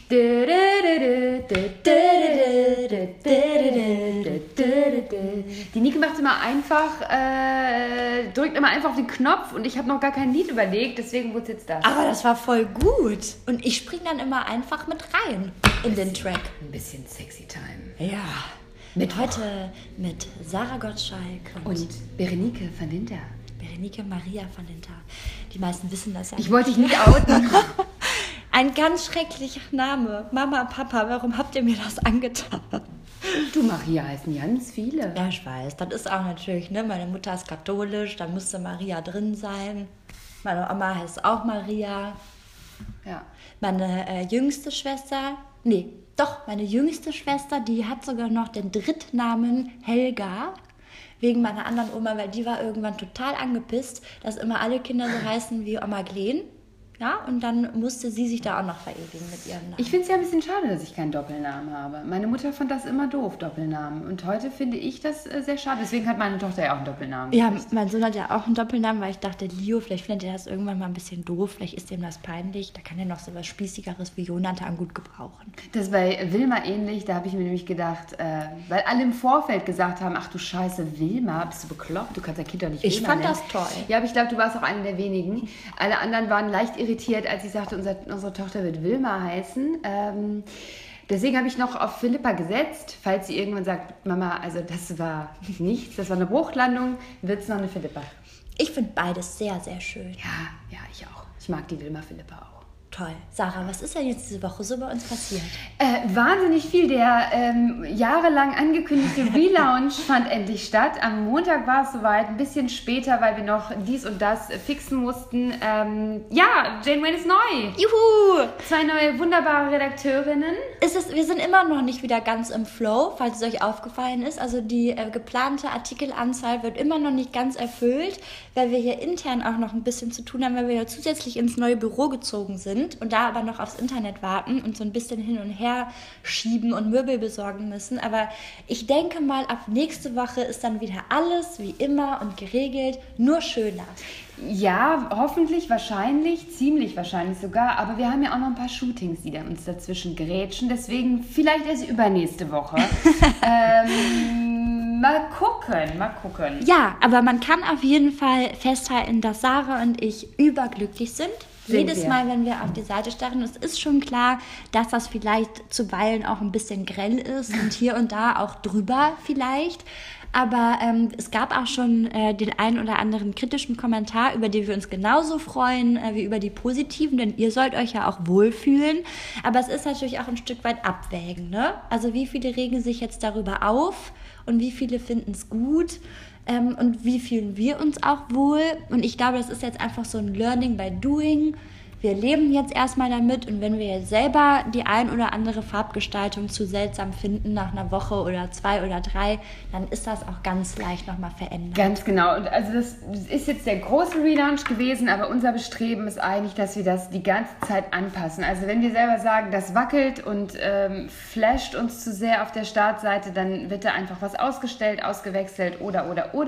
Die Nike macht immer einfach, drückt immer einfach auf den Knopf und ich habe noch gar kein Lied überlegt, deswegen wurde es jetzt das. Aber das war voll gut. Und ich springe dann immer einfach mit rein in den Track. Ein bisschen Sexy Time. Ja. Heute mit Sarah Gottschalk und Berenike van Linter. Berenike Maria van Linter. Die meisten wissen das ja nicht. Ich wollte dich nicht outen. Ein ganz schrecklicher Name. Mama, Papa, warum habt ihr mir das angetan? Du, Maria heißen ganz viele. Ja, ich weiß. Das ist auch natürlich, ne? Meine Mutter ist katholisch, da müsste Maria drin sein. Meine Oma heißt auch Maria. Ja. Meine jüngste Schwester, meine jüngste Schwester, die hat sogar noch den Drittnamen Helga. Wegen meiner anderen Oma, weil die war irgendwann total angepisst, dass immer alle Kinder so heißen wie Oma Glen. Ja, und dann musste sie sich da auch noch verewigen mit ihrem Namen. Ich finde es ja ein bisschen schade, dass ich keinen Doppelnamen habe. Meine Mutter fand das immer doof, Doppelnamen. Und heute finde ich das sehr schade. Deswegen hat meine Tochter ja auch einen Doppelnamen. Ja, mein Sohn hat ja auch einen Doppelnamen, weil ich dachte, Leo, vielleicht findet er das irgendwann mal ein bisschen doof. Vielleicht ist ihm das peinlich. Da kann er noch so was Spießigeres wie Jonathan gut gebrauchen. Das ist bei Wilma ähnlich. Da habe ich mir nämlich gedacht, weil alle im Vorfeld gesagt haben, ach du Scheiße, Wilma, bist du bekloppt? Du kannst dein Kind doch nicht Wilma Ich fand nennen. das toll. Ja, aber ich glaube, du warst auch eine der wenigen. Alle anderen waren leicht irritiert, als ich sagte, unsere Tochter wird Wilma heißen. Deswegen habe ich noch auf Philippa gesetzt, falls sie irgendwann sagt, Mama, also das war nichts, das war eine Bruchlandung, wird es noch eine Philippa. Ich finde beides sehr, sehr schön. Ja, ich auch. Ich mag die Wilma Philippa auch. Toll. Sarah, was ist denn jetzt diese Woche so bei uns passiert? Wahnsinnig viel. Der jahrelang angekündigte Relaunch fand endlich statt. Am Montag war es soweit, ein bisschen später, weil wir noch dies und das fixen mussten. Jane Wayne ist neu. Juhu! 2 neue wunderbare Redakteurinnen. Wir sind immer noch nicht wieder ganz im Flow, falls es euch aufgefallen ist. Also die geplante Artikelanzahl wird immer noch nicht ganz erfüllt, weil wir hier intern auch noch ein bisschen zu tun haben, weil wir ja zusätzlich ins neue Büro gezogen sind und da aber noch aufs Internet warten und so ein bisschen hin und her schieben und Möbel besorgen müssen. Aber ich denke mal, ab nächste Woche ist dann wieder alles wie immer und geregelt, nur schöner. Ja, hoffentlich, wahrscheinlich, ziemlich wahrscheinlich sogar. Aber wir haben ja auch noch ein paar Shootings, die dann uns dazwischen gerätschen. Deswegen vielleicht erst übernächste Woche. Mal gucken. Ja, aber man kann auf jeden Fall festhalten, dass Sarah und ich überglücklich sind. Jedes Mal, wenn wir auf die Seite starren, es ist schon klar, dass das vielleicht zuweilen auch ein bisschen grell ist und hier und da auch drüber vielleicht. Aber es gab auch schon den einen oder anderen kritischen Kommentar, über den wir uns genauso freuen wie über die positiven, denn ihr sollt euch ja auch wohlfühlen. Aber es ist natürlich auch ein Stück weit abwägen, ne? Also wie viele regen sich jetzt darüber auf und wie viele finden es gut? Und wie fühlen wir uns auch wohl? Und ich glaube, das ist jetzt einfach so ein Learning by Doing. Wir leben jetzt erstmal damit und wenn wir jetzt selber die ein oder andere Farbgestaltung zu seltsam finden nach einer Woche oder 2 oder 3, dann ist das auch ganz leicht nochmal verändert. Ganz genau. Und also das ist jetzt der große Relaunch gewesen, aber unser Bestreben ist eigentlich, dass wir das die ganze Zeit anpassen. Also wenn wir selber sagen, das wackelt und flasht uns zu sehr auf der Startseite, dann wird da einfach was ausgestellt, ausgewechselt oder.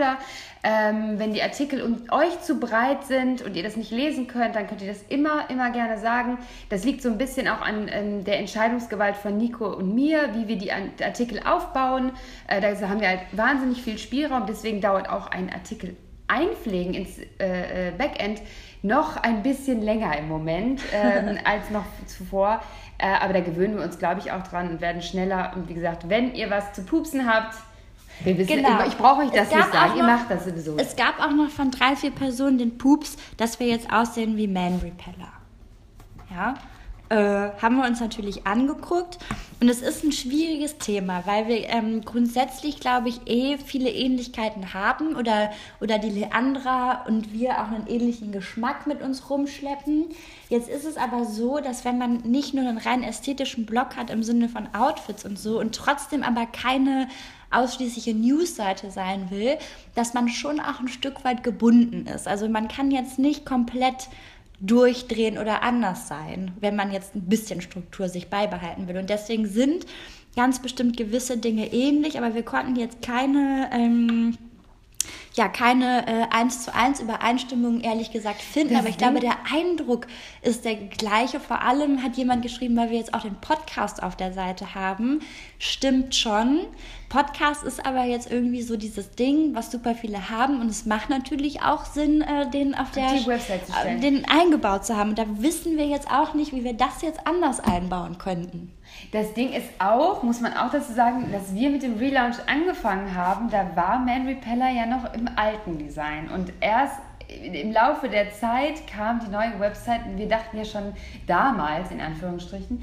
Wenn die Artikel euch zu breit sind und ihr das nicht lesen könnt, dann könnt ihr das immer gerne sagen. Das liegt so ein bisschen auch an der Entscheidungsgewalt von Nico und mir, wie wir die Artikel aufbauen. Da haben wir halt wahnsinnig viel Spielraum, deswegen dauert auch ein Artikel einpflegen ins Backend noch ein bisschen länger im Moment als noch zuvor. Aber da gewöhnen wir uns, glaube ich, auch dran und werden schneller. Und wie gesagt, wenn ihr was zu pupsen habt, wir wissen, genau. Ich brauche euch das nicht sagen, ihr macht das sowieso. Es gab auch noch von 3, 4 Personen den Pups, dass wir jetzt aussehen wie Man Repeller. Ja, haben wir uns natürlich angeguckt. Und es ist ein schwieriges Thema, weil wir grundsätzlich, glaube ich, viele Ähnlichkeiten haben oder die Leandra und wir auch einen ähnlichen Geschmack mit uns rumschleppen. Jetzt ist es aber so, dass wenn man nicht nur einen rein ästhetischen Blog hat im Sinne von Outfits und so und trotzdem aber keine ausschließliche Newsseite sein will, dass man schon auch ein Stück weit gebunden ist. Also man kann jetzt nicht komplett durchdrehen oder anders sein, wenn man jetzt ein bisschen Struktur sich beibehalten will. Und deswegen sind ganz bestimmt gewisse Dinge ähnlich, aber wir konnten jetzt keine keine 1:1 Übereinstimmung, ehrlich gesagt, finden. Aber ich glaube, der Eindruck ist der gleiche. Vor allem hat jemand geschrieben, weil wir jetzt auch den Podcast auf der Seite haben. Stimmt schon. Podcast ist aber jetzt irgendwie so dieses Ding, was super viele haben. Und es macht natürlich auch Sinn, den auf der Website zu stellen. Den eingebaut zu haben. Und da wissen wir jetzt auch nicht, wie wir das jetzt anders einbauen könnten. Das Ding ist auch, muss man auch dazu sagen, dass wir mit dem Relaunch angefangen haben, da war Man Repeller ja noch im alten Design. Und erst im Laufe der Zeit kam die neue Website und wir dachten ja schon damals, in Anführungsstrichen,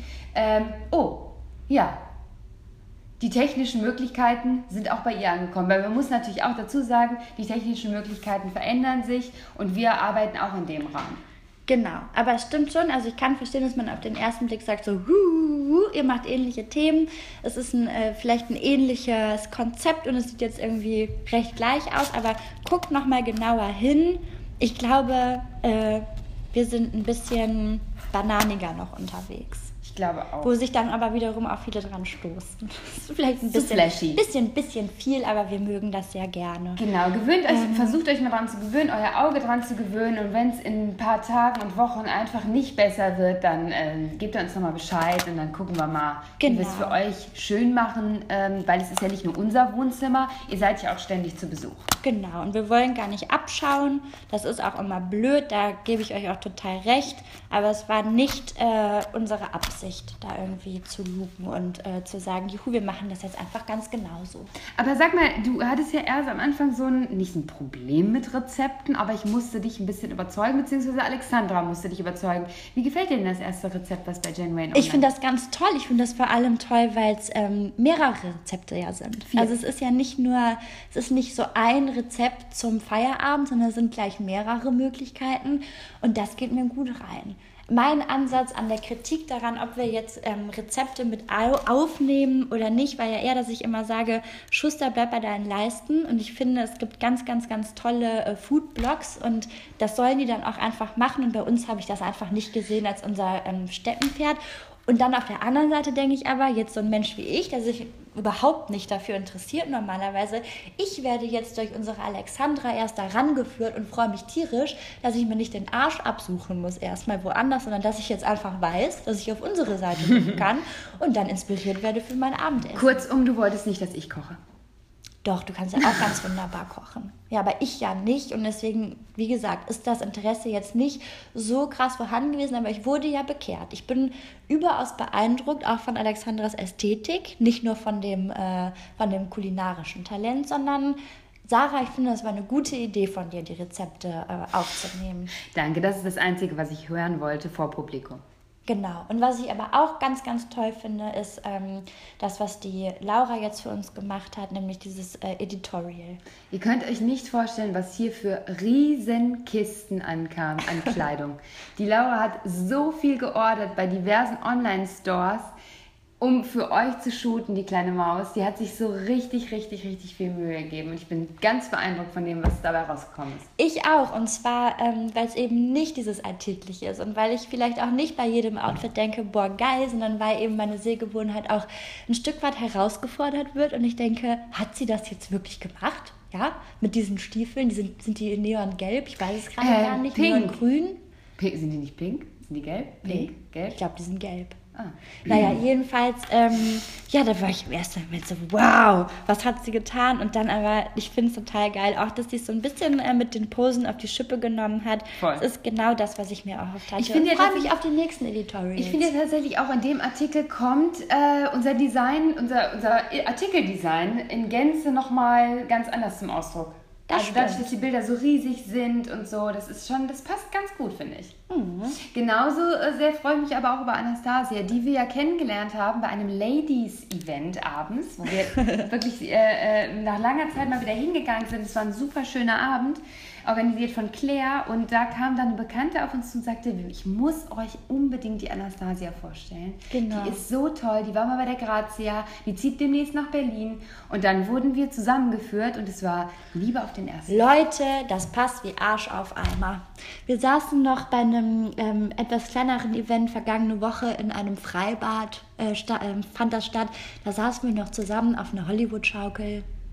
die technischen Möglichkeiten sind auch bei ihr angekommen. Weil man muss natürlich auch dazu sagen, die technischen Möglichkeiten verändern sich und wir arbeiten auch in dem Rahmen. Genau, aber es stimmt schon, also ich kann verstehen, dass man auf den ersten Blick sagt so, ihr macht ähnliche Themen, es ist vielleicht ein ähnliches Konzept und es sieht jetzt irgendwie recht gleich aus, aber guckt nochmal genauer hin. Ich glaube, wir sind ein bisschen bananiger noch unterwegs. Ich glaube auch. Wo sich dann aber wiederum auch viele dran stoßen. Das ist vielleicht ein bisschen viel, aber wir mögen das sehr gerne. Genau, versucht euch mal dran zu gewöhnen, euer Auge dran zu gewöhnen und wenn es in ein paar Tagen und Wochen einfach nicht besser wird, dann gebt ihr uns nochmal Bescheid und dann gucken wir mal, wie wir es für euch schön machen, weil es ist ja nicht nur unser Wohnzimmer, ihr seid ja auch ständig zu Besuch. Genau, und wir wollen gar nicht abschauen, das ist auch immer blöd, da gebe ich euch auch total recht, aber es war nicht unsere Absicht, da irgendwie zu lupen und zu sagen, juhu, wir machen das jetzt einfach ganz genauso. Aber sag mal, du hattest ja erst am Anfang nicht ein Problem mit Rezepten, aber ich musste dich ein bisschen überzeugen, beziehungsweise Alexandra musste dich überzeugen. Wie gefällt dir denn das erste Rezept, was bei Jen Rain online? Ich finde das ganz toll. Ich finde das vor allem toll, weil es mehrere Rezepte ja sind. 4. Also es ist ja nicht so ein Rezept zum Feierabend, sondern es sind gleich mehrere Möglichkeiten und das geht mir gut rein. Mein Ansatz an der Kritik daran, ob wir jetzt Rezepte mit aufnehmen oder nicht, war ja eher, dass ich immer sage, Schuster, bleib bei deinen Leisten. Und ich finde, es gibt ganz, ganz, ganz tolle Foodblogs und das sollen die dann auch einfach machen. Und bei uns habe ich das einfach nicht gesehen als unser Steppenpferd. Und dann auf der anderen Seite denke ich aber, jetzt so ein Mensch wie ich, der sich überhaupt nicht dafür interessiert normalerweise, ich werde jetzt durch unsere Alexandra erst da rangeführt und freue mich tierisch, dass ich mir nicht den Arsch absuchen muss erstmal woanders, sondern dass ich jetzt einfach weiß, dass ich auf unsere Seite gucken kann und dann inspiriert werde für mein Abendessen. Kurzum, du wolltest nicht, dass ich koche. Doch, du kannst ja auch ganz wunderbar kochen. Ja, aber ich ja nicht und deswegen, wie gesagt, ist das Interesse jetzt nicht so krass vorhanden gewesen, aber ich wurde ja bekehrt. Ich bin überaus beeindruckt, auch von Alexandras Ästhetik, nicht nur von dem kulinarischen Talent, sondern Sarah, ich finde, das war eine gute Idee von dir, die Rezepte aufzunehmen. Danke, das ist das Einzige, was ich hören wollte vor Publikum. Genau. Und was ich aber auch ganz, ganz toll finde, ist das, was die Laura jetzt für uns gemacht hat, nämlich dieses Editorial. Ihr könnt euch nicht vorstellen, was hier für riesen Kisten ankam an Kleidung. Die Laura hat so viel geordert bei diversen Online-Stores, um für euch zu shooten, die kleine Maus. Die hat sich so richtig, richtig, richtig viel Mühe gegeben. Und ich bin ganz beeindruckt von dem, was dabei rausgekommen ist. Ich auch. Und zwar, weil es eben nicht dieses Alltägliche ist. Und weil ich vielleicht auch nicht bei jedem Outfit denke, boah, geil, sondern weil eben meine Sehgewohnheit auch ein Stück weit herausgefordert wird. Und ich denke, hat sie das jetzt wirklich gemacht? Ja, mit diesen Stiefeln, sind die neongelb? Ich weiß es gerade gar nicht. Pink. Neongrün? Sind die nicht pink? Sind die gelb? Pink? Nee, gelb? Ich glaube, die sind gelb. Ah. Naja, jedenfalls, da war ich im ersten Moment so, wow, was hat sie getan? Und dann aber, ich finde es total geil, auch, dass sie es so ein bisschen mit den Posen auf die Schippe genommen hat. Voll. Das ist genau das, was ich mir auch erhofft hatte. Ich freue mich auf die nächsten Editorials. Ich finde tatsächlich auch in dem Artikel kommt unser Design, unser Artikeldesign in Gänze nochmal ganz anders zum Ausdruck. Dadurch, dass die Bilder so riesig sind und so, das passt ganz gut, finde ich. Mhm. Genauso sehr freue ich mich aber auch über Anastasia, die wir ja kennengelernt haben bei einem Ladies-Event abends, wo wir wirklich nach langer Zeit mal wieder hingegangen sind. Es war ein super schöner Abend, organisiert von Claire, und da kam dann eine Bekannte auf uns zu und sagte, ich muss euch unbedingt die Anastasia vorstellen. Genau. Die ist so toll, die war mal bei der Grazia, die zieht demnächst nach Berlin, und dann wurden wir zusammengeführt und es war Liebe auf den ersten. Leute, das passt wie Arsch auf Eimer. Wir saßen noch bei einem etwas kleineren Event vergangene Woche in einem Freibad, fand das statt. Da saßen wir noch zusammen auf einer Hollywood-Schaukel.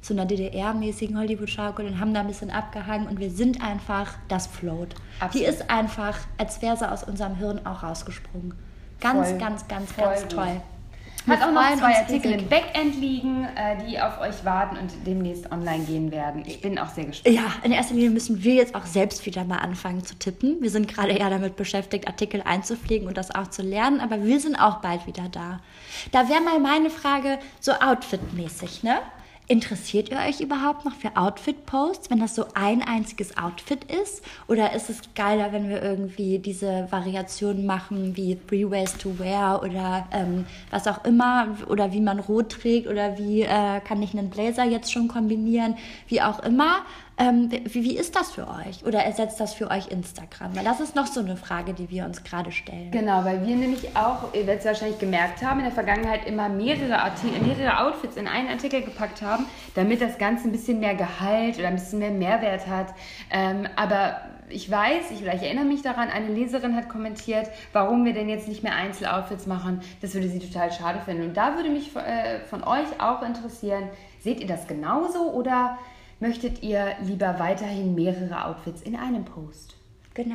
so einer DDR-mäßigen Hollywood-Schaukel und haben da ein bisschen abgehangen und wir sind einfach, das float. Absolut. Die ist einfach, als wäre sie aus unserem Hirn auch rausgesprungen. Ganz toll. Hat auch noch 2 Artikel im Backend liegen, die auf euch warten und demnächst online gehen werden. Ich bin auch sehr gespannt. Ja, in erster Linie müssen wir jetzt auch selbst wieder mal anfangen zu tippen. Wir sind gerade eher damit beschäftigt, Artikel einzupflegen und das auch zu lernen, aber wir sind auch bald wieder da. Da wäre mal meine Frage, so outfitmäßig, ne? Interessiert ihr euch überhaupt noch für Outfit-Posts, wenn das so ein einziges Outfit ist? Oder ist es geiler, wenn wir irgendwie diese Variationen machen wie 3 Ways to Wear oder was auch immer, oder wie man rot trägt oder wie kann ich einen Blazer jetzt schon kombinieren, wie auch immer. Wie ist das für euch? Oder ersetzt das für euch Instagram? Weil das ist noch so eine Frage, die wir uns gerade stellen. Genau, weil wir nämlich auch, ihr werdet es wahrscheinlich gemerkt haben, in der Vergangenheit immer mehrere Outfits in einen Artikel gepackt haben, damit das Ganze ein bisschen mehr Gehalt oder ein bisschen mehr Mehrwert hat. Aber ich erinnere mich daran, eine Leserin hat kommentiert, warum wir denn jetzt nicht mehr Einzeloutfits machen. Das würde sie total schade finden. Und da würde mich von euch auch interessieren, seht ihr das genauso oder möchtet ihr lieber weiterhin mehrere Outfits in einem Post? Genau.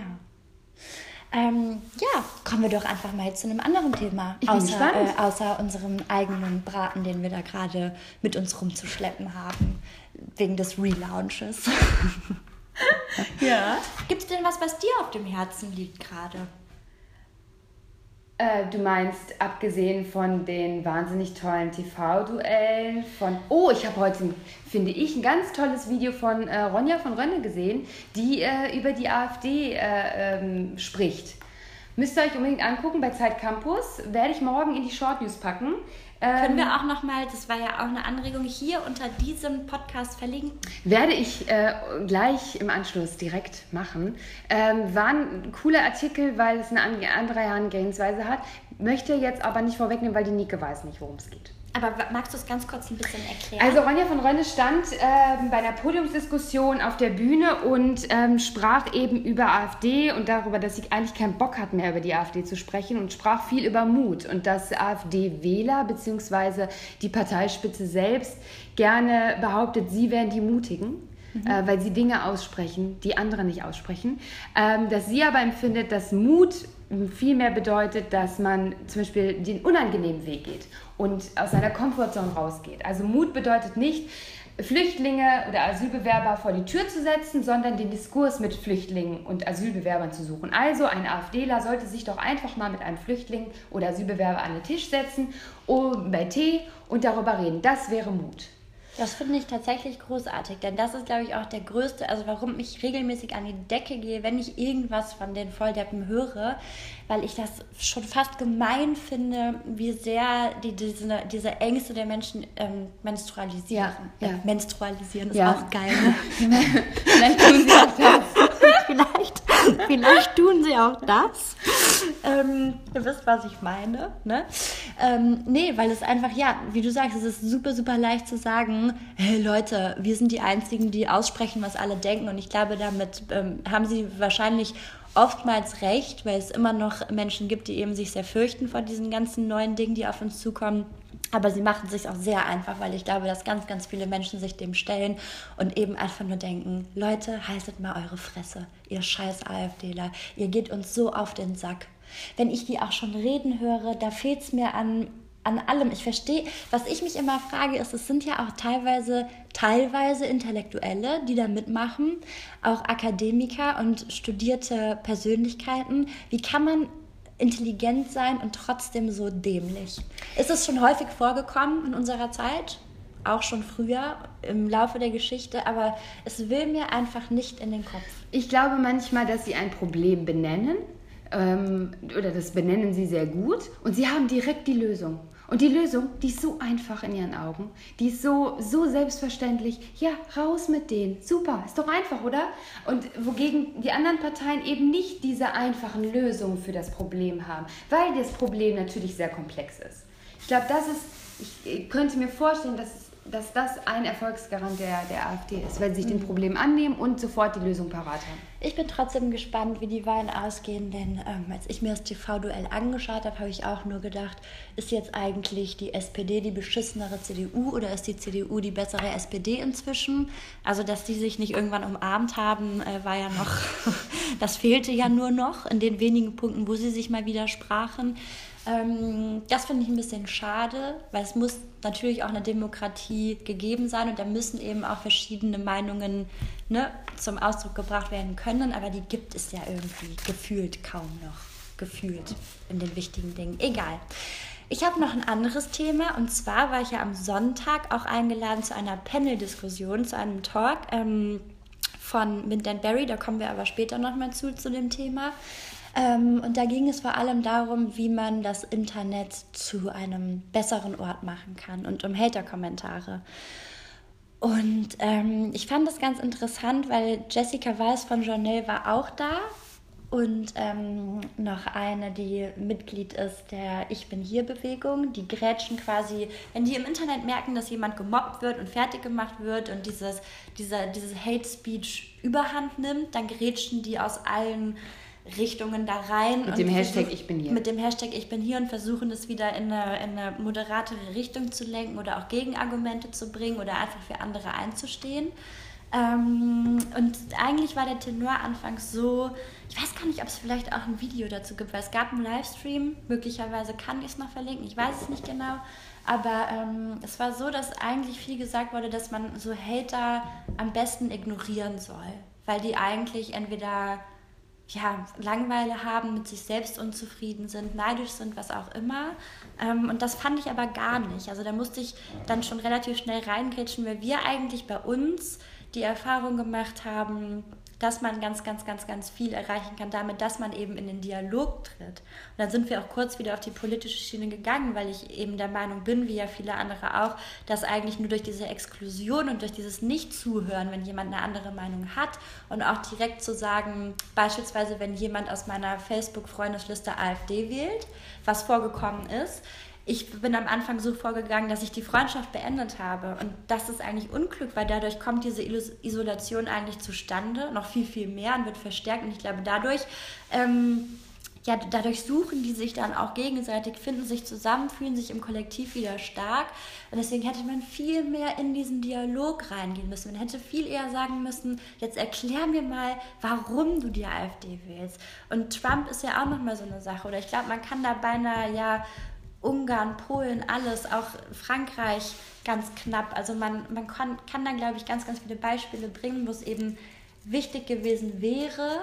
Kommen wir doch einfach mal zu einem anderen Thema. Ich bin gespannt. Außer unserem eigenen Braten, den wir da gerade mit uns rumzuschleppen haben. Wegen des Relaunches. Ja. Gibt es denn was dir auf dem Herzen liegt gerade? Du meinst, abgesehen von den wahnsinnig tollen TV-Duellen ich habe heute, finde ich, ein ganz tolles Video von Ronja von Rönne gesehen, die über die AfD spricht. Müsst ihr euch unbedingt angucken bei Zeit Campus, werde ich morgen in die Short News packen. Können wir auch nochmal, das war ja auch eine Anregung, hier unter diesem Podcast verlinken? Werde ich gleich im Anschluss direkt machen. War ein cooler Artikel, weil es eine andere Herangehensweise hat. Möchte jetzt aber nicht vorwegnehmen, weil die Nike weiß nicht, worum es geht. Aber magst du es ganz kurz ein bisschen erklären? Also Ronja von Rönne stand bei einer Podiumsdiskussion auf der Bühne und sprach eben über AfD und darüber, dass sie eigentlich keinen Bock hat mehr über die AfD zu sprechen und sprach viel über Mut und dass AfD-Wähler bzw. die Parteispitze selbst gerne behauptet, sie wären die Mutigen. Weil sie Dinge aussprechen, die andere nicht aussprechen. Dass sie aber empfindet, dass Mut viel mehr bedeutet, dass man zum Beispiel den unangenehmen Weg geht und aus seiner Komfortzone rausgeht. Also Mut bedeutet nicht, Flüchtlinge oder Asylbewerber vor die Tür zu setzen, sondern den Diskurs mit Flüchtlingen und Asylbewerbern zu suchen. Also ein AfDler sollte sich doch einfach mal mit einem Flüchtling oder Asylbewerber an den Tisch setzen, bei Tee und darüber reden. Das wäre Mut. Das finde ich tatsächlich großartig, denn das ist, glaube ich, auch der größte, also warum ich regelmäßig an die Decke gehe, wenn ich irgendwas von den Volldeppen höre, weil ich das schon fast gemein finde, wie sehr diese Ängste der Menschen menstrualisieren. Ja. Menstrualisieren ist ja auch geil. Vielleicht tun sie auch das. Vielleicht tun sie auch das. Ihr wisst, was ich meine. Ne? Weil es einfach, wie du sagst, es ist super, super leicht zu sagen, hey Leute, wir sind die Einzigen, die aussprechen, was alle denken. Und ich glaube, damit haben sie wahrscheinlich oftmals recht, weil es immer noch Menschen gibt, die eben sich sehr fürchten vor diesen ganzen neuen Dingen, die auf uns zukommen. Aber sie machen es sich auch sehr einfach, weil ich glaube, dass ganz, ganz viele Menschen sich dem stellen und eben einfach nur denken, Leute, haltet mal eure Fresse, ihr scheiß AfDler, ihr geht uns so auf den Sack. Wenn ich die auch schon reden höre, da fehlt es mir an allem. Ich verstehe, was ich mich immer frage, ist, es sind ja auch teilweise Intellektuelle, die da mitmachen, auch Akademiker und studierte Persönlichkeiten. Wie kann man intelligent sein und trotzdem so dämlich? Ist es schon häufig vorgekommen in unserer Zeit? Auch schon früher im Laufe der Geschichte, aber es will mir einfach nicht in den Kopf. Ich glaube manchmal, dass sie ein Problem benennen oder das benennen sie sehr gut und sie haben direkt die Lösung. Und die Lösung, die ist so einfach in ihren Augen, die ist so selbstverständlich. Ja, raus mit denen, super, ist doch einfach, oder? Und wogegen die anderen Parteien eben nicht diese einfachen Lösungen für das Problem haben, weil das Problem natürlich sehr komplex ist. Ich glaube, ich könnte mir vorstellen, dass das ein Erfolgsgarant der AfD ist, weil sie sich den Problemen annehmen und sofort die Lösung parat haben. Ich bin trotzdem gespannt, wie die Wahlen ausgehen, denn als ich mir das TV-Duell angeschaut habe, habe ich auch nur gedacht, ist jetzt eigentlich die SPD die beschissenere CDU oder ist die CDU die bessere SPD inzwischen? Also, dass die sich nicht irgendwann umarmt haben, war ja noch, das fehlte ja nur noch in den wenigen Punkten, wo sie sich mal widersprachen. Das finde ich ein bisschen schade, weil es muss natürlich auch eine Demokratie gegeben sein und da müssen eben auch verschiedene Meinungen zum Ausdruck gebracht werden können, aber die gibt es ja irgendwie gefühlt kaum noch, gefühlt in den wichtigen Dingen. Egal. Ich habe noch ein anderes Thema und zwar war ich ja am Sonntag auch eingeladen zu einer Panel-Diskussion, zu einem Talk von Mint & Berry, da kommen wir aber später nochmal zu dem Thema. Und da ging es vor allem darum, wie man das Internet zu einem besseren Ort machen kann und um Hater-Kommentare. Und ich fand das ganz interessant, weil Jessica Weiß von Journal war auch da und noch eine, die Mitglied ist der Ich bin hier Bewegung. Die grätschen quasi, wenn die im Internet merken, dass jemand gemobbt wird und fertig gemacht wird und dieses Hate Speech überhand nimmt, dann grätschen die aus allen Richtungen da rein. Mit dem Hashtag Ich bin hier. Mit dem Hashtag Ich bin hier und versuchen es wieder in eine moderatere Richtung zu lenken oder auch Gegenargumente zu bringen oder einfach für andere einzustehen. Und eigentlich war der Tenor anfangs so, ich weiß gar nicht, ob es vielleicht auch ein Video dazu gibt, weil es gab einen Livestream, möglicherweise kann ich es noch verlinken, ich weiß es nicht genau, aber es war so, dass eigentlich viel gesagt wurde, dass man so Hater am besten ignorieren soll, weil die eigentlich entweder Langeweile haben, mit sich selbst unzufrieden sind, neidisch sind, was auch immer. Und das fand ich aber gar nicht. Also da musste ich dann schon relativ schnell reingrätschen, weil wir eigentlich bei uns die Erfahrung gemacht haben, dass man ganz, ganz, ganz, ganz viel erreichen kann damit, dass man eben in den Dialog tritt. Und dann sind wir auch kurz wieder auf die politische Schiene gegangen, weil ich eben der Meinung bin, wie ja viele andere auch, dass eigentlich nur durch diese Exklusion und durch dieses Nicht-Zuhören, wenn jemand eine andere Meinung hat und auch direkt zu sagen, beispielsweise, wenn jemand aus meiner Facebook-Freundesliste AfD wählt, was vorgekommen ist, ich bin am Anfang so vorgegangen, dass ich die Freundschaft beendet habe. Und das ist eigentlich Unglück, weil dadurch kommt diese Isolation eigentlich zustande, noch viel, viel mehr und wird verstärkt. Und ich glaube, dadurch suchen die sich dann auch gegenseitig, finden sich zusammen, fühlen sich im Kollektiv wieder stark. Und deswegen hätte man viel mehr in diesen Dialog reingehen müssen. Man hätte viel eher sagen müssen, jetzt erklär mir mal, warum du die AfD wählst. Und Trump ist ja auch nochmal so eine Sache. Oder ich glaube, man kann da beinahe Ungarn, Polen, alles, auch Frankreich ganz knapp. Also man kann dann, glaube ich, ganz, ganz viele Beispiele bringen, wo es eben wichtig gewesen wäre,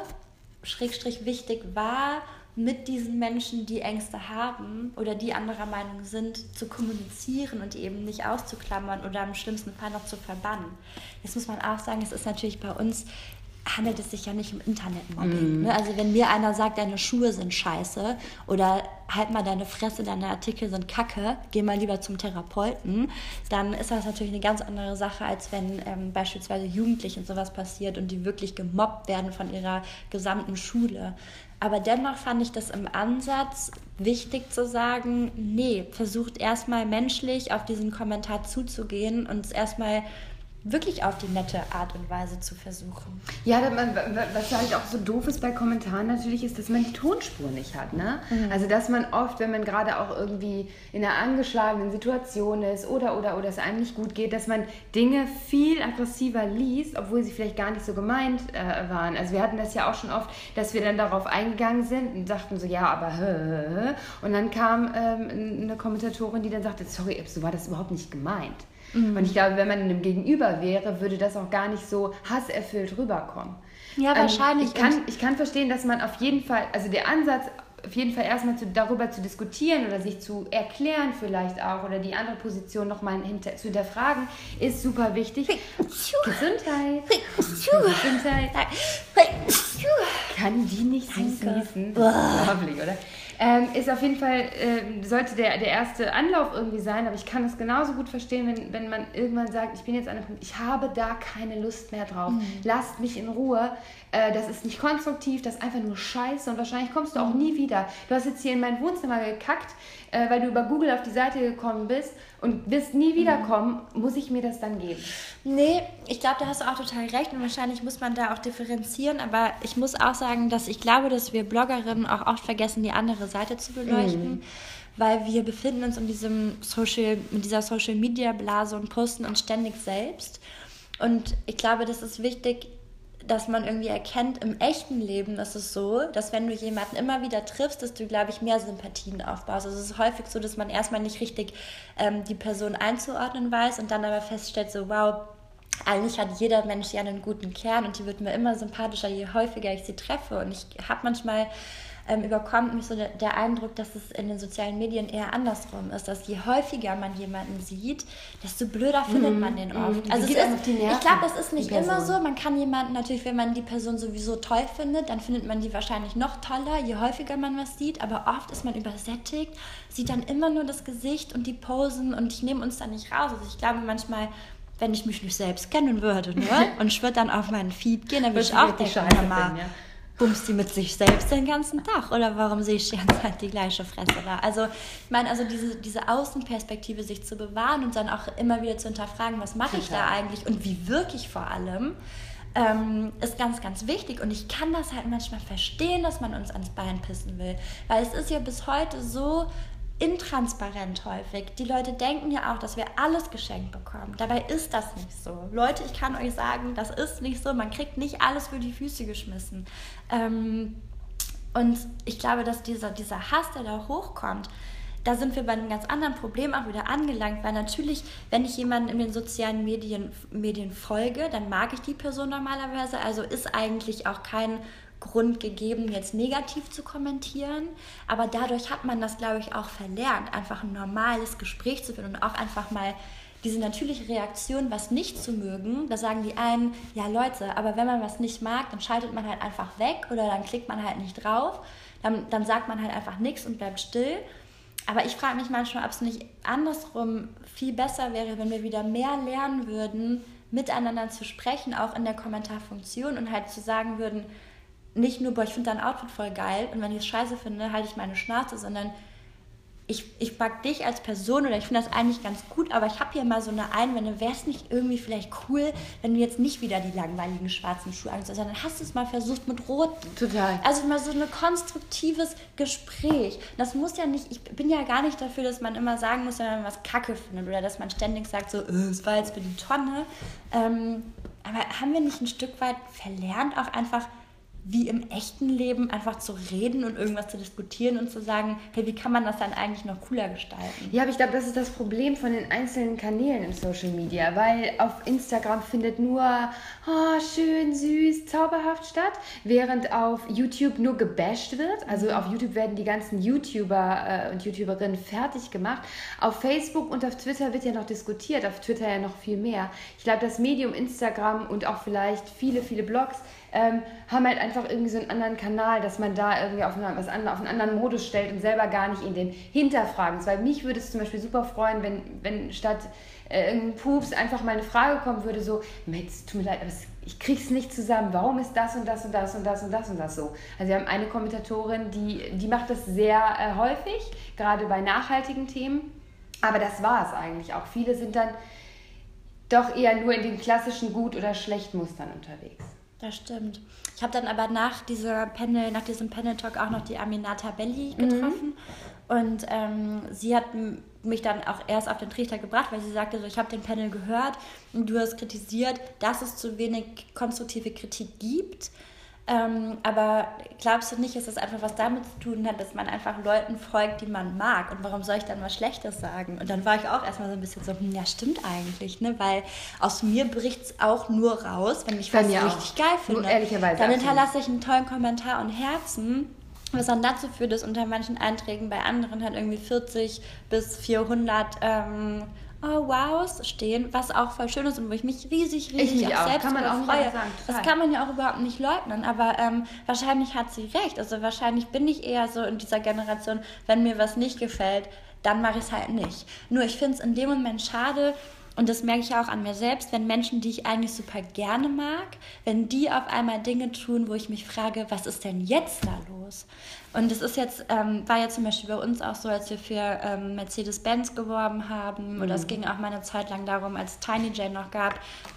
/ wichtig war, mit diesen Menschen, die Ängste haben oder die anderer Meinung sind, zu kommunizieren und die eben nicht auszuklammern oder im schlimmsten Fall noch zu verbannen. Jetzt muss man auch sagen, es ist natürlich bei uns, handelt es sich ja nicht um Internetmobbing. Ne? Also wenn mir einer sagt, deine Schuhe sind scheiße oder halt mal deine Fresse, deine Artikel sind kacke, geh mal lieber zum Therapeuten, dann ist das natürlich eine ganz andere Sache, als wenn beispielsweise Jugendlichen sowas passiert und die wirklich gemobbt werden von ihrer gesamten Schule. Aber dennoch fand ich das im Ansatz wichtig zu sagen, nee, versucht erstmal menschlich auf diesen Kommentar zuzugehen und es erstmal wirklich auf die nette Art und Weise zu versuchen. Ja, was halt auch so doof ist bei Kommentaren natürlich ist, dass man die Tonspur nicht hat. Ne? Also dass man oft, wenn man gerade auch irgendwie in einer angeschlagenen Situation ist oder es einem nicht gut geht, dass man Dinge viel aggressiver liest, obwohl sie vielleicht gar nicht so gemeint waren. Also wir hatten das ja auch schon oft, dass wir dann darauf eingegangen sind und sagten so, ja, aber und dann kam eine Kommentatorin, die dann sagte, sorry, so war das überhaupt nicht gemeint. Und ich glaube, wenn man einem Gegenüber wäre, würde das auch gar nicht so hasserfüllt rüberkommen. Ja, wahrscheinlich. Ich kann verstehen, dass man auf jeden Fall, also der Ansatz, auf jeden Fall erstmal darüber zu diskutieren oder sich zu erklären vielleicht auch oder die andere Position nochmal zu hinterfragen, ist super wichtig. Gesundheit. Gesundheit. Kann die nicht süß niesen? Lovely, oder? Ist auf jeden Fall, sollte der erste Anlauf irgendwie sein, aber ich kann es genauso gut verstehen, wenn man irgendwann sagt, ich bin jetzt an einem Punkt, ich habe da keine Lust mehr drauf. Lasst mich in Ruhe. Das ist nicht konstruktiv, das ist einfach nur Scheiße und wahrscheinlich kommst du auch nie wieder. Du hast jetzt hier in mein Wohnzimmer gekackt, weil du über Google auf die Seite gekommen bist und wirst nie wiederkommen. Muss ich mir das dann geben? Nee, ich glaube, da hast du auch total recht und wahrscheinlich muss man da auch differenzieren, aber ich muss auch sagen, dass ich glaube, dass wir Bloggerinnen auch oft vergessen, die andere Seite zu beleuchten, weil wir befinden uns in dieser Social-Media-Blase und posten uns ständig selbst und ich glaube, das ist wichtig, dass man irgendwie erkennt, im echten Leben ist es so, dass wenn du jemanden immer wieder triffst, dass du, glaube ich, mehr Sympathien aufbaust. Also es ist häufig so, dass man erstmal nicht richtig die Person einzuordnen weiß und dann aber feststellt, so wow, eigentlich hat jeder Mensch ja einen guten Kern und die wird mir immer sympathischer, je häufiger ich sie treffe. Und ich habe manchmal überkommt mich so der Eindruck, dass es in den sozialen Medien eher andersrum ist, dass je häufiger man jemanden sieht, desto blöder findet man den oft. Also ich glaube, das ist nicht immer so. Man kann jemanden natürlich, wenn man die Person sowieso toll findet, dann findet man die wahrscheinlich noch toller, je häufiger man was sieht, aber oft ist man übersättigt, sieht dann immer nur das Gesicht und die Posen und ich nehme uns da nicht raus. Also ich glaube manchmal, wenn ich mich nicht selbst kennen würde, ne? Und ich würde dann auf meinen Feed gehen, dann würde ich auch denken, bumst die mit sich selbst den ganzen Tag oder warum sehe ich die ganze Zeit die gleiche Fresse da? Also ich meine, diese Außenperspektive sich zu bewahren und dann auch immer wieder zu hinterfragen, was mache ich da eigentlich und wie wirke ich vor allem, ist ganz, ganz wichtig und ich kann das halt manchmal verstehen, dass man uns ans Bein pissen will, weil es ist ja bis heute so intransparent häufig. Die Leute denken ja auch, dass wir alles geschenkt bekommen. Dabei ist das nicht so. Leute, ich kann euch sagen, das ist nicht so. Man kriegt nicht alles für die Füße geschmissen. Und ich glaube, dass dieser Hass, der da hochkommt, da sind wir bei einem ganz anderen Problem auch wieder angelangt, weil natürlich, wenn ich jemanden in den sozialen Medien folge, dann mag ich die Person normalerweise, also ist eigentlich auch kein Grund gegeben, jetzt negativ zu kommentieren, aber dadurch hat man das, glaube ich, auch verlernt, einfach ein normales Gespräch zu führen und auch einfach mal diese natürliche Reaktion, was nicht zu mögen, da sagen die einen, ja Leute, aber wenn man was nicht mag, dann schaltet man halt einfach weg oder dann klickt man halt nicht drauf, dann sagt man halt einfach nichts und bleibt still. Aber ich frage mich manchmal, ob es nicht andersrum viel besser wäre, wenn wir wieder mehr lernen würden, miteinander zu sprechen, auch in der Kommentarfunktion und halt zu sagen würden, nicht nur, boah, ich finde dein Outfit voll geil und wenn ich es scheiße finde, halte ich meine Schnauze, sondern ich mag dich als Person oder ich finde das eigentlich ganz gut, aber ich habe hier mal so eine Einwände, wäre es nicht irgendwie vielleicht cool, wenn du jetzt nicht wieder die langweiligen schwarzen Schuhe anziehst, sondern hast du es mal versucht mit roten. Total. Also mal so ein konstruktives Gespräch. Das muss ja nicht, ich bin ja gar nicht dafür, dass man immer sagen muss, wenn man was Kacke findet oder dass man ständig sagt so, es war jetzt für die Tonne. Aber haben wir nicht ein Stück weit verlernt, auch einfach wie im echten Leben einfach zu reden und irgendwas zu diskutieren und zu sagen, hey, wie kann man das dann eigentlich noch cooler gestalten? Ja, aber ich glaube, das ist das Problem von den einzelnen Kanälen im Social Media, weil auf Instagram findet nur schön, süß, zauberhaft statt, während auf YouTube nur gebasht wird. Also auf YouTube werden die ganzen YouTuber und YouTuberinnen fertig gemacht. Auf Facebook und auf Twitter wird ja noch diskutiert, auf Twitter ja noch viel mehr. Ich glaube, das Medium Instagram und auch vielleicht viele, viele Blogs haben halt einfach irgendwie so einen anderen Kanal, dass man da irgendwie auf einen anderen Modus stellt und selber gar nicht in den hinterfragen. Weil mich würde es zum Beispiel super freuen, wenn statt irgendein Pups einfach mal eine Frage kommen würde, so, es tut mir leid, aber ich krieg's nicht zusammen, warum ist das und das und das und das und das und das so? Also wir haben eine Kommentatorin, die macht das sehr häufig, gerade bei nachhaltigen Themen, aber das war es eigentlich auch. Viele sind dann doch eher nur in den klassischen Gut- oder Schlechtmustern unterwegs. Das stimmt. Ich habe dann aber nach diesem Panel-Talk auch noch die Aminata Belli getroffen und sie hat mich dann auch erst auf den Trichter gebracht, weil sie sagte, so, ich habe den Panel gehört und du hast kritisiert, dass es zu wenig konstruktive Kritik gibt. Aber glaubst du nicht, dass das einfach was damit zu tun hat, dass man einfach Leuten folgt, die man mag? Und warum soll ich dann was Schlechtes sagen? Und dann war ich auch erstmal so ein bisschen so, ja, stimmt eigentlich, ne? Weil aus mir bricht es auch nur raus, wenn ich was richtig geil finde. Ehrlicherweise dann hinterlasse ich einen tollen Kommentar und Herzen, was dann dazu führt, dass unter manchen Einträgen bei anderen halt irgendwie 40 bis 400 oh wows stehen, was auch voll schön ist und wo ich mich riesig auch selbst kann man auch freue. Sagen, das kann man ja auch überhaupt nicht leugnen, aber wahrscheinlich hat sie recht. Also wahrscheinlich bin ich eher so in dieser Generation, wenn mir was nicht gefällt, dann mache ich es halt nicht. Nur ich finde es in dem Moment schade, und das merke ich auch an mir selbst, wenn Menschen, die ich eigentlich super gerne mag, wenn die auf einmal Dinge tun, wo ich mich frage, was ist denn jetzt da los? Und das ist jetzt, war ja zum Beispiel bei uns auch so, als wir für Mercedes-Benz geworben haben, oder es ging auch mal eine Zeit lang darum, als Tiny Jane noch gab,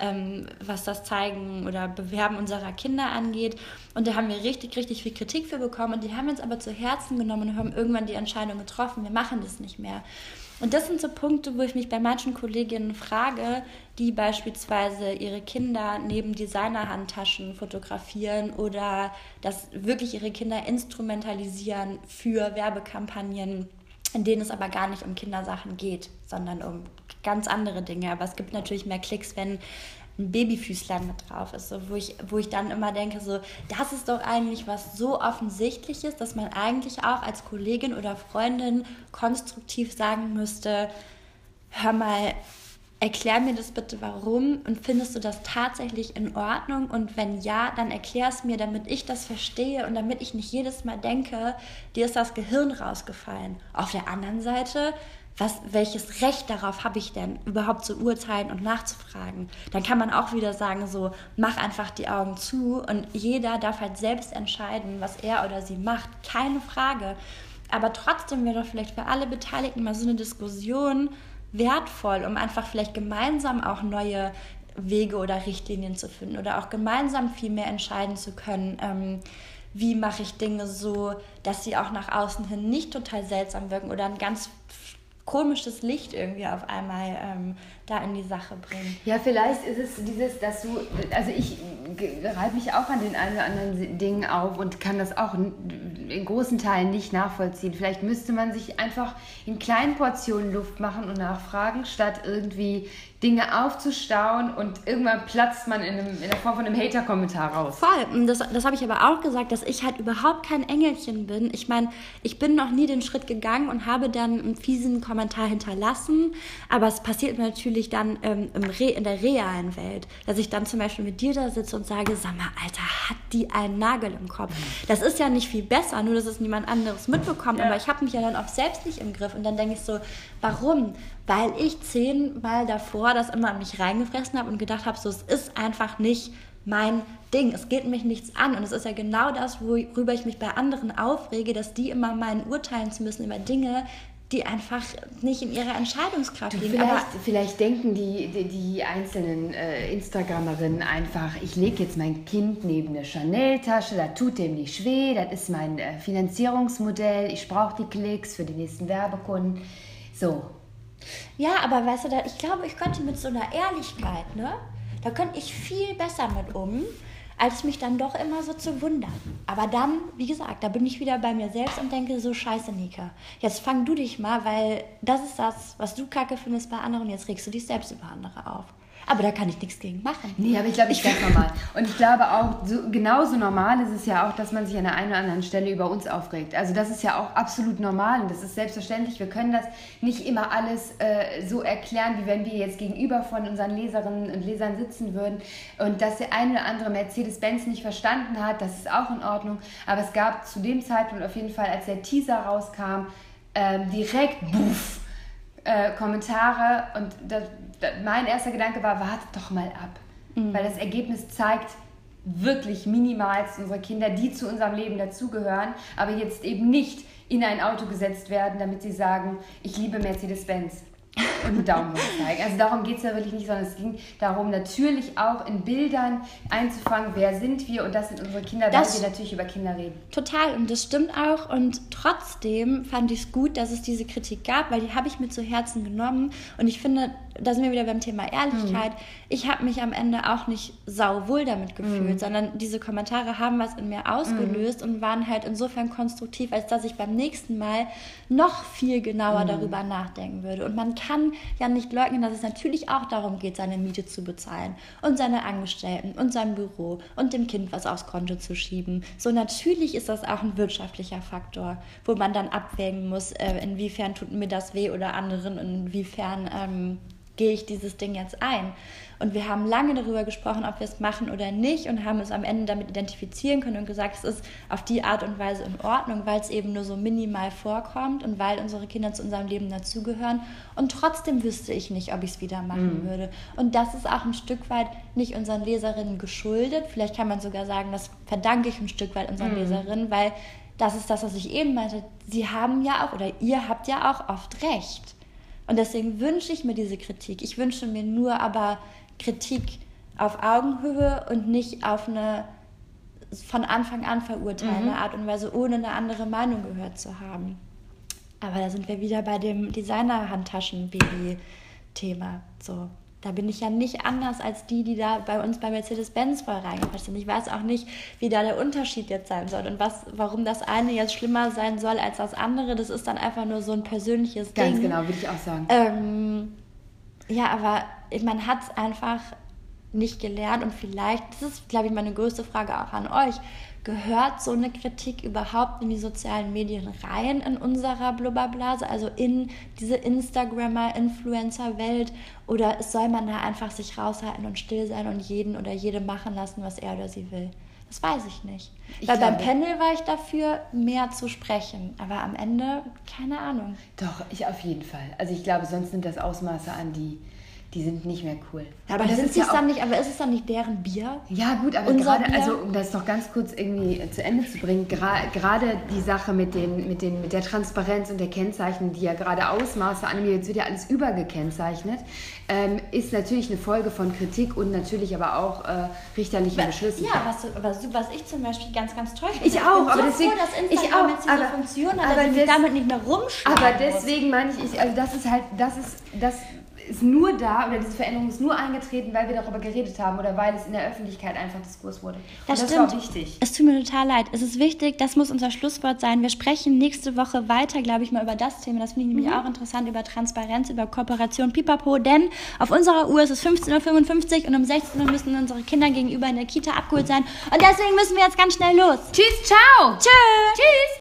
was das Zeigen oder Bewerben unserer Kinder angeht. Und da haben wir richtig, richtig viel Kritik für bekommen, und die haben uns aber zu Herzen genommen und haben irgendwann die Entscheidung getroffen, wir machen das nicht mehr. Und das sind so Punkte, wo ich mich bei manchen Kolleginnen frage, die beispielsweise ihre Kinder neben Designer-Handtaschen fotografieren oder das wirklich ihre Kinder instrumentalisieren für Werbekampagnen, in denen es aber gar nicht um Kindersachen geht, sondern um ganz andere Dinge. Aber es gibt natürlich mehr Klicks, wenn ein Babyfüßlein mit drauf ist, so, wo ich dann immer denke, so, das ist doch eigentlich was so Offensichtliches, dass man eigentlich auch als Kollegin oder Freundin konstruktiv sagen müsste, hör mal, erklär mir das bitte warum, und findest du das tatsächlich in Ordnung, und wenn ja, dann erklär es mir, damit ich das verstehe und damit ich nicht jedes Mal denke, dir ist das Gehirn rausgefallen. Auf der anderen Seite, welches Recht darauf habe ich denn, überhaupt zu urteilen und nachzufragen? Dann kann man auch wieder sagen, so, mach einfach die Augen zu, und jeder darf halt selbst entscheiden, was er oder sie macht, keine Frage. Aber trotzdem wäre doch vielleicht für alle Beteiligten mal so eine Diskussion wertvoll, um einfach vielleicht gemeinsam auch neue Wege oder Richtlinien zu finden oder auch gemeinsam viel mehr entscheiden zu können, wie mache ich Dinge so, dass sie auch nach außen hin nicht total seltsam wirken oder ein ganz komisches Licht irgendwie auf einmal da in die Sache bringen. Ja, vielleicht ist es dieses, dass du, also ich reibe mich auch an den einen oder anderen Dingen auf und kann das auch in großen Teilen nicht nachvollziehen. Vielleicht müsste man sich einfach in kleinen Portionen Luft machen und nachfragen, statt irgendwie Dinge aufzustauen, und irgendwann platzt man in der Form von einem Hater-Kommentar raus. Voll. Das habe ich aber auch gesagt, dass ich halt überhaupt kein Engelchen bin. Ich meine, ich bin noch nie den Schritt gegangen und habe dann einen fiesen Kommentar hinterlassen, aber es passiert mir natürlich dann in der realen Welt, dass ich dann zum Beispiel mit dir da sitze und sage, sag mal, Alter, hat die einen Nagel im Kopf? Das ist ja nicht viel besser, nur dass es niemand anderes mitbekommt, aber ich habe mich ja dann auch selbst nicht im Griff, und dann denke ich so, warum? Weil ich 10-mal davor das immer an mich reingefressen habe und gedacht habe, so, es ist einfach nicht mein Ding, es geht mich nichts an, und es ist ja genau das, worüber ich mich bei anderen aufrege, dass die immer meinen urteilen zu müssen über Dinge, die einfach nicht in ihrer Entscheidungskraft liegen. Vielleicht denken die einzelnen Instagrammerinnen einfach, ich lege jetzt mein Kind neben eine Chanel-Tasche, das tut dem nicht weh, das ist mein Finanzierungsmodell, ich brauche die Klicks für die nächsten Werbekunden. So. Ja, aber weißt du, ich glaube, ich könnte mit so einer Ehrlichkeit, ne, da könnte ich viel besser mit als mich dann doch immer so zu wundern. Aber dann, wie gesagt, da bin ich wieder bei mir selbst und denke so, scheiße, Nika, jetzt fang du dich mal, weil das ist das, was du kacke findest bei anderen, und jetzt regst du dich selbst über andere auf. Aber da kann ich nichts gegen machen. Nee, aber ich glaube, ich ganz normal. Und ich glaube auch, genauso normal ist es ja auch, dass man sich an der einen oder anderen Stelle über uns aufregt. Also das ist ja auch absolut normal, und das ist selbstverständlich. Wir können das nicht immer alles so erklären, wie wenn wir jetzt gegenüber von unseren Leserinnen und Lesern sitzen würden. Und dass der eine oder andere Mercedes-Benz nicht verstanden hat, das ist auch in Ordnung. Aber es gab zu dem Zeitpunkt auf jeden Fall, als der Teaser rauskam, direkt Kommentare, und mein erster Gedanke war, wartet doch mal ab. Weil das Ergebnis zeigt wirklich minimalst unsere Kinder, die zu unserem Leben dazugehören, aber jetzt eben nicht in ein Auto gesetzt werden, damit sie sagen, ich liebe Mercedes-Benz und einen Daumen hoch zeigen. Also darum geht es ja wirklich nicht, sondern es ging darum, natürlich auch in Bildern einzufangen, wer sind wir, und das sind unsere Kinder, weil wir natürlich über Kinder reden. Total, und das stimmt auch, und trotzdem fand ich es gut, dass es diese Kritik gab, weil die habe ich mir zu Herzen genommen, und ich finde, da sind wir wieder beim Thema Ehrlichkeit. Ich habe mich am Ende auch nicht sauwohl damit gefühlt, sondern diese Kommentare haben was in mir ausgelöst und waren halt insofern konstruktiv, als dass ich beim nächsten Mal noch viel genauer darüber nachdenken würde. Und man kann ja nicht leugnen, dass es natürlich auch darum geht, seine Miete zu bezahlen und seine Angestellten und sein Büro und dem Kind was aufs Konto zu schieben. So, natürlich ist das auch ein wirtschaftlicher Faktor, wo man dann abwägen muss, inwiefern tut mir das weh oder anderen, und inwiefern gehe ich dieses Ding jetzt ein? Und wir haben lange darüber gesprochen, ob wir es machen oder nicht und haben uns am Ende damit identifizieren können und gesagt, es ist auf die Art und Weise in Ordnung, weil es eben nur so minimal vorkommt und weil unsere Kinder zu unserem Leben dazugehören. Und trotzdem wüsste ich nicht, ob ich es wieder machen würde. Und das ist auch ein Stück weit nicht unseren Leserinnen geschuldet. Vielleicht kann man sogar sagen, das verdanke ich ein Stück weit unseren Leserinnen, weil das ist das, was ich eben meinte. Sie haben ja auch, oder ihr habt ja auch oft recht. Und deswegen wünsche ich mir diese Kritik. Ich wünsche mir nur aber Kritik auf Augenhöhe und nicht auf eine von Anfang an verurteilende Art und Weise, ohne eine andere Meinung gehört zu haben. Aber da sind wir wieder bei dem Designer-Handtaschen-Baby-Thema. So, da bin ich ja nicht anders als die da bei uns bei Mercedes-Benz voll reingepasst sind. Ich weiß auch nicht, wie da der Unterschied jetzt sein soll und warum das eine jetzt schlimmer sein soll als das andere. Das ist dann einfach nur so ein persönliches Ding. Ganz genau, würde ich auch sagen. Ja, aber man hat es einfach nicht gelernt und vielleicht, das ist, glaube ich, meine größte Frage auch an euch, gehört so eine Kritik überhaupt in die sozialen Medien rein in unserer Blubberblase, also in diese Instagrammer-Influencer-Welt, oder soll man da einfach sich raushalten und still sein und jeden oder jede machen lassen, was er oder sie will? Das weiß ich nicht. Weil beim Panel war ich dafür, mehr zu sprechen. Aber am Ende, keine Ahnung. Doch, ich auf jeden Fall. Also ich glaube, sonst nimmt das Ausmaße an, die sind nicht mehr cool. Aber ist es dann nicht deren Bier? Ja gut, aber gerade, also um das noch ganz kurz irgendwie zu Ende zu bringen, gerade die Sache mit der Transparenz und der Kennzeichnung, die ja gerade Ausmaße annimmt, jetzt wird ja alles übergekennzeichnet, ist natürlich eine Folge von Kritik und natürlich aber auch richterlichen Beschlüssen. Ja, was ich zum Beispiel ganz, ganz toll finde. Ich auch, aber so deswegen... froh, dass Instagram jetzt diese Funktion hat, dass ich damit nicht mehr rumschlagen Aber deswegen meine ich, also das ist nur da, oder diese Veränderung ist nur eingetreten, weil wir darüber geredet haben oder weil es in der Öffentlichkeit einfach Diskurs wurde. Das stimmt. War wichtig. Es tut mir total leid. Es ist wichtig, das muss unser Schlusswort sein. Wir sprechen nächste Woche weiter, glaube ich, mal über das Thema. Das finde ich nämlich auch interessant, über Transparenz, über Kooperation, pipapo. Denn auf unserer Uhr ist es 15.55 Uhr und um 16 Uhr müssen unsere Kinder gegenüber in der Kita abgeholt sein. Und deswegen müssen wir jetzt ganz schnell los. Tschüss, ciao. Tschüss.